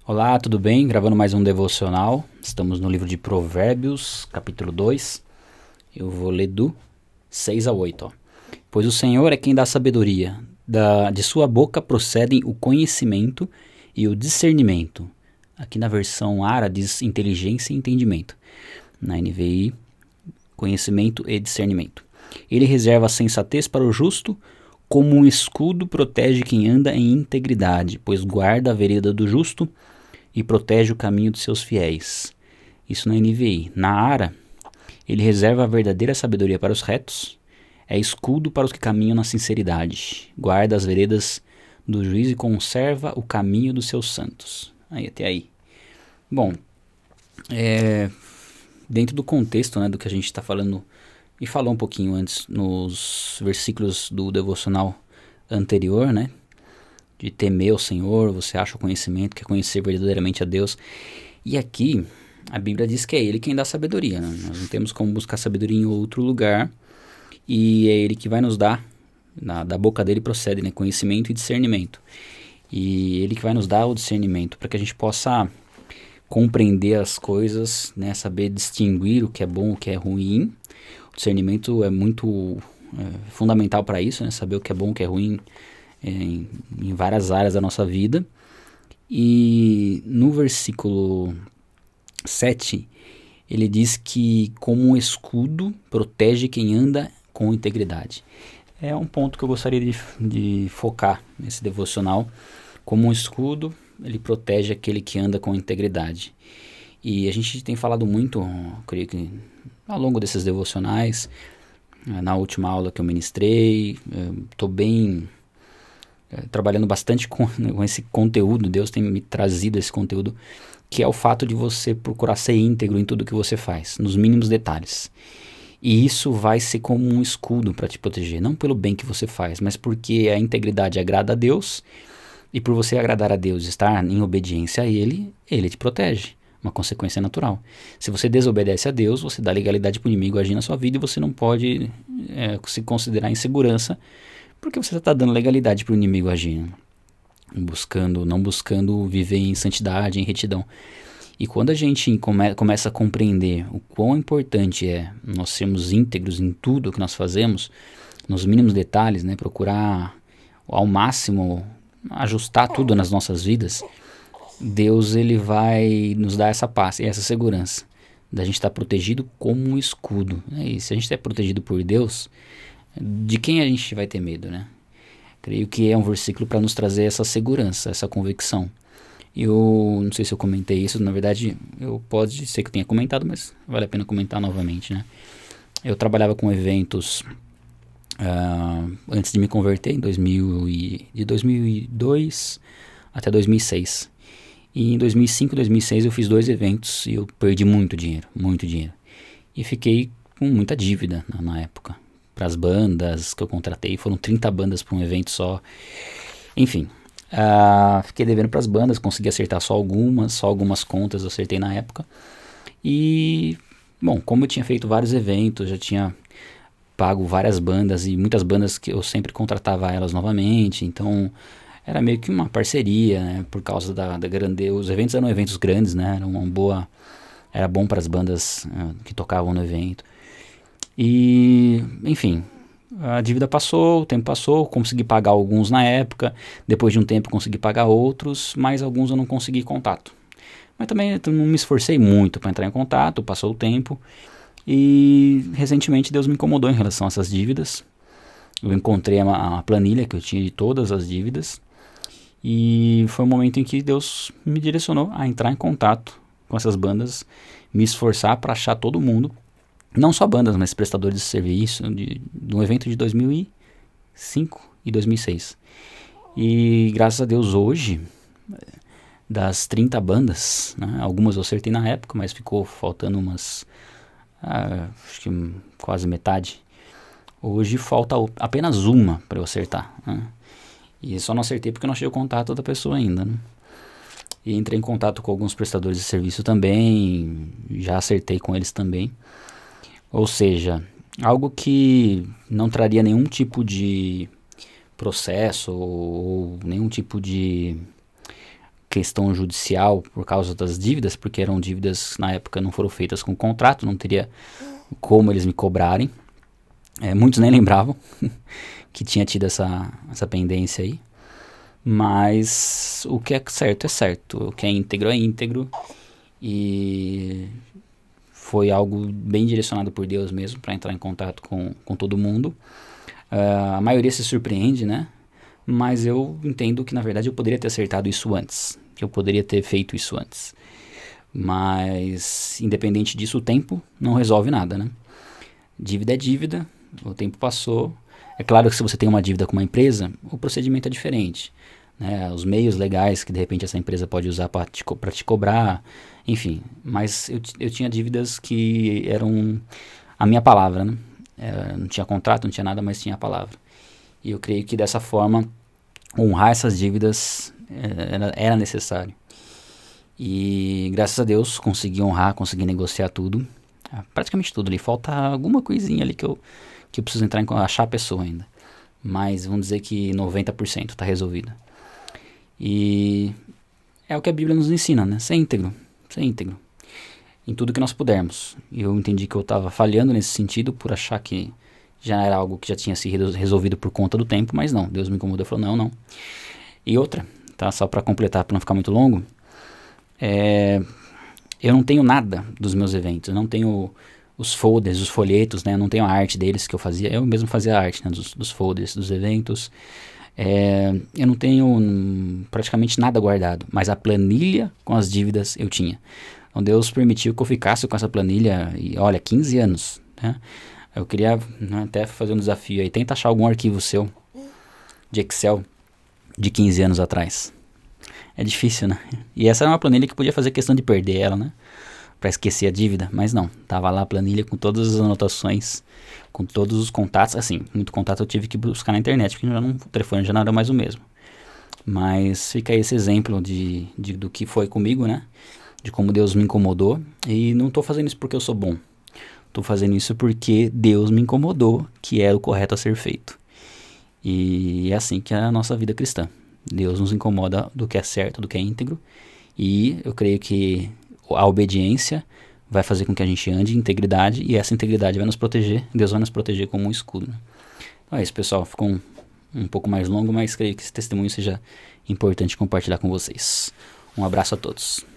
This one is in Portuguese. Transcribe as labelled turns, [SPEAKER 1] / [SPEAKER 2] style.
[SPEAKER 1] Olá, tudo bem? Gravando mais um devocional. Estamos no livro de Provérbios, capítulo 2. Eu vou ler do 6 ao 8. Pois o Senhor é quem dá sabedoria. De sua boca procedem o conhecimento e o discernimento. Aqui na versão ARA diz inteligência e entendimento. Na NVI, conhecimento e discernimento. Ele reserva a sensatez para o justo, como um escudo protege quem anda em integridade, pois guarda a vereda do justo e protege o caminho de seus fiéis. Isso na NVI. Na ARA, ele reserva a verdadeira sabedoria para os retos, é escudo para os que caminham na sinceridade, guarda as veredas do juiz e conserva o caminho dos seus santos. Aí, até aí. Bom, dentro do contexto, né, do que a gente está falando, e falou um pouquinho antes nos versículos do devocional anterior, né, de temer o Senhor, você acha o conhecimento, quer conhecer verdadeiramente a Deus. E aqui, a Bíblia diz que é Ele quem dá sabedoria, né? Nós não temos como buscar sabedoria em outro lugar, e é Ele que vai nos dar, da boca dele procede, né? Conhecimento e discernimento. E Ele que vai nos dar o discernimento, para que a gente possa compreender as coisas, né? Saber distinguir o que é bom, o que é ruim. O discernimento é muito fundamental para isso, né? Saber o que é bom, o que é ruim, em várias áreas da nossa vida. E no versículo 7, ele diz que como um escudo protege quem anda com integridade. É um ponto que eu gostaria de focar nesse devocional. Como um escudo, ele protege aquele que anda com integridade. E a gente tem falado muito, eu creio que ao longo desses devocionais, na última aula que eu ministrei, estou trabalhando bastante com esse conteúdo. Deus tem me trazido esse conteúdo, que é o fato de você procurar ser íntegro em tudo que você faz, nos mínimos detalhes. E isso vai ser como um escudo para te proteger, não pelo bem que você faz, mas porque a integridade agrada a Deus, e por você agradar a Deus, estar em obediência a Ele, Ele te protege. Uma consequência natural. Se você desobedece a Deus, você dá legalidade para o inimigo agir na sua vida, e você não pode se considerar em segurança, porque você está dando legalidade para o inimigo agir, não buscando viver em santidade, em retidão. E quando a gente começa a compreender o quão importante é nós sermos íntegros em tudo que nós fazemos, nos mínimos detalhes, né, procurar ao máximo ajustar tudo nas nossas vidas, Deus ele vai nos dar essa paz e essa segurança da gente estar protegido como um escudo. E se a gente é protegido por Deus, de quem a gente vai ter medo, né? Creio que é um versículo para nos trazer essa segurança, essa convicção. Eu não sei se eu comentei isso, na verdade, pode ser que eu tenha comentado, mas vale a pena comentar novamente, né? Eu trabalhava com eventos antes de me converter, de 2002 até 2006. E em 2005 e 2006 eu fiz 2 eventos e eu perdi muito dinheiro, muito dinheiro. E fiquei com muita dívida na época. Para as bandas que eu contratei, foram 30 bandas para um evento só. Enfim, fiquei devendo para as bandas, consegui acertar só algumas contas eu acertei na época. E, bom, como eu tinha feito vários eventos, já tinha pago várias bandas e muitas bandas que eu sempre contratava elas novamente, então era meio que uma parceria, né, por causa da grandeza. Os eventos eram eventos grandes, né, era bom para as bandas que tocavam no evento. E, enfim, a dívida passou, o tempo passou, consegui pagar alguns na época, depois de um tempo consegui pagar outros, mas alguns eu não consegui contato. Mas também não me esforcei muito para entrar em contato, passou o tempo, e recentemente Deus me incomodou em relação a essas dívidas. Eu encontrei a planilha que eu tinha de todas as dívidas, e foi um momento em que Deus me direcionou a entrar em contato com essas bandas, me esforçar para achar todo mundo, não só bandas, mas prestadores de serviço, de um evento de 2005 e 2006. E graças a Deus hoje, das 30 bandas, né, algumas eu acertei na época, mas ficou faltando acho que quase metade. Hoje falta apenas uma para eu acertar, né? E só não acertei porque eu não achei o contato da pessoa ainda, né? E entrei em contato com alguns prestadores de serviço também, já acertei com eles também. Ou seja, algo que não traria nenhum tipo de processo ou nenhum tipo de questão judicial por causa das dívidas, porque eram dívidas na época não foram feitas com contrato, não teria como eles me cobrarem. Muitos nem lembravam que tinha tido essa pendência aí. Mas o que é certo, o que é íntegro, e foi algo bem direcionado por Deus mesmo, para entrar em contato com todo mundo. A maioria se surpreende, né? Mas eu entendo que na verdade eu poderia ter acertado isso antes, que eu poderia ter feito isso antes. Mas independente disso, o tempo não resolve nada, né? Dívida é dívida, o tempo passou. É claro que se você tem uma dívida com uma empresa, o procedimento é diferente, né? Os meios legais que de repente essa empresa pode usar para te cobrar, enfim. Mas eu tinha dívidas que eram a minha palavra, né? Não tinha contrato, não tinha nada, mas tinha a palavra. E eu creio que dessa forma, honrar essas dívidas era necessário. E graças a Deus consegui honrar, consegui negociar tudo. Praticamente tudo ali. Falta alguma coisinha ali que eu preciso achar a pessoa ainda. Mas vamos dizer que 90% está resolvido. E é o que a Bíblia nos ensina, né? Ser íntegro. Em tudo que nós pudermos. E eu entendi que eu estava falhando nesse sentido por achar que já era algo que já tinha sido resolvido por conta do tempo, mas não. Deus me incomodou e falou, não. E outra, tá? Só para completar, para não ficar muito longo. Eu não tenho nada dos meus eventos. Eu não tenho os folders, os folhetos, né? Eu não tenho a arte deles que eu fazia. Eu mesmo fazia a arte, né? Dos folders, dos eventos. Eu não tenho praticamente nada guardado. Mas a planilha com as dívidas eu tinha. Então Deus permitiu que eu ficasse com essa planilha, e olha, 15 anos, né? Eu queria, né, até fazer um desafio aí, tenta achar algum arquivo seu de Excel de 15 anos atrás. É difícil, né? E essa era uma planilha que podia fazer questão de perder ela, né? Pra esquecer a dívida, mas não. Tava lá a planilha com todas as anotações, com todos os contatos. Assim, muito contato eu tive que buscar na internet, porque o telefone já não era mais o mesmo. Mas fica aí esse exemplo do que foi comigo, né? De como Deus me incomodou. E não tô fazendo isso porque eu sou bom. Tô fazendo isso porque Deus me incomodou, que era o correto a ser feito. E é assim que é a nossa vida cristã. Deus nos incomoda do que é certo, do que é íntegro. E eu creio que a obediência vai fazer com que a gente ande em integridade. E essa integridade vai nos proteger. Deus vai nos proteger como um escudo, né? Então é isso, pessoal. Ficou um pouco mais longo, mas creio que esse testemunho seja importante compartilhar com vocês. Um abraço a todos.